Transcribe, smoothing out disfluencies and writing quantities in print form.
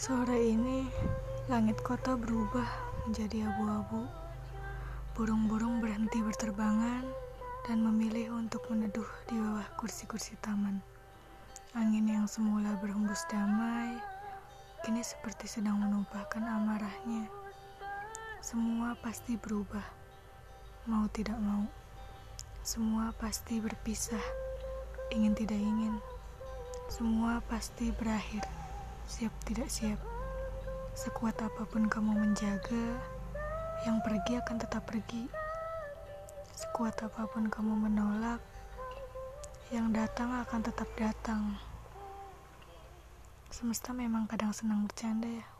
Sore ini, langit kota berubah menjadi abu-abu. Burung-burung berhenti berterbangan dan memilih untuk meneduh di bawah kursi-kursi taman. Angin yang semula berhembus damai, kini seperti sedang menumpahkan amarahnya. Semua pasti berubah, mau tidak mau. Semua pasti berpisah, ingin tidak ingin. Semua pasti berakhir, siap tidak siap. Sekuat apapun kamu menjaga, yang pergi akan tetap pergi. Sekuat apapun kamu menolak, yang datang akan tetap datang. Semesta memang kadang senang bercanda ya.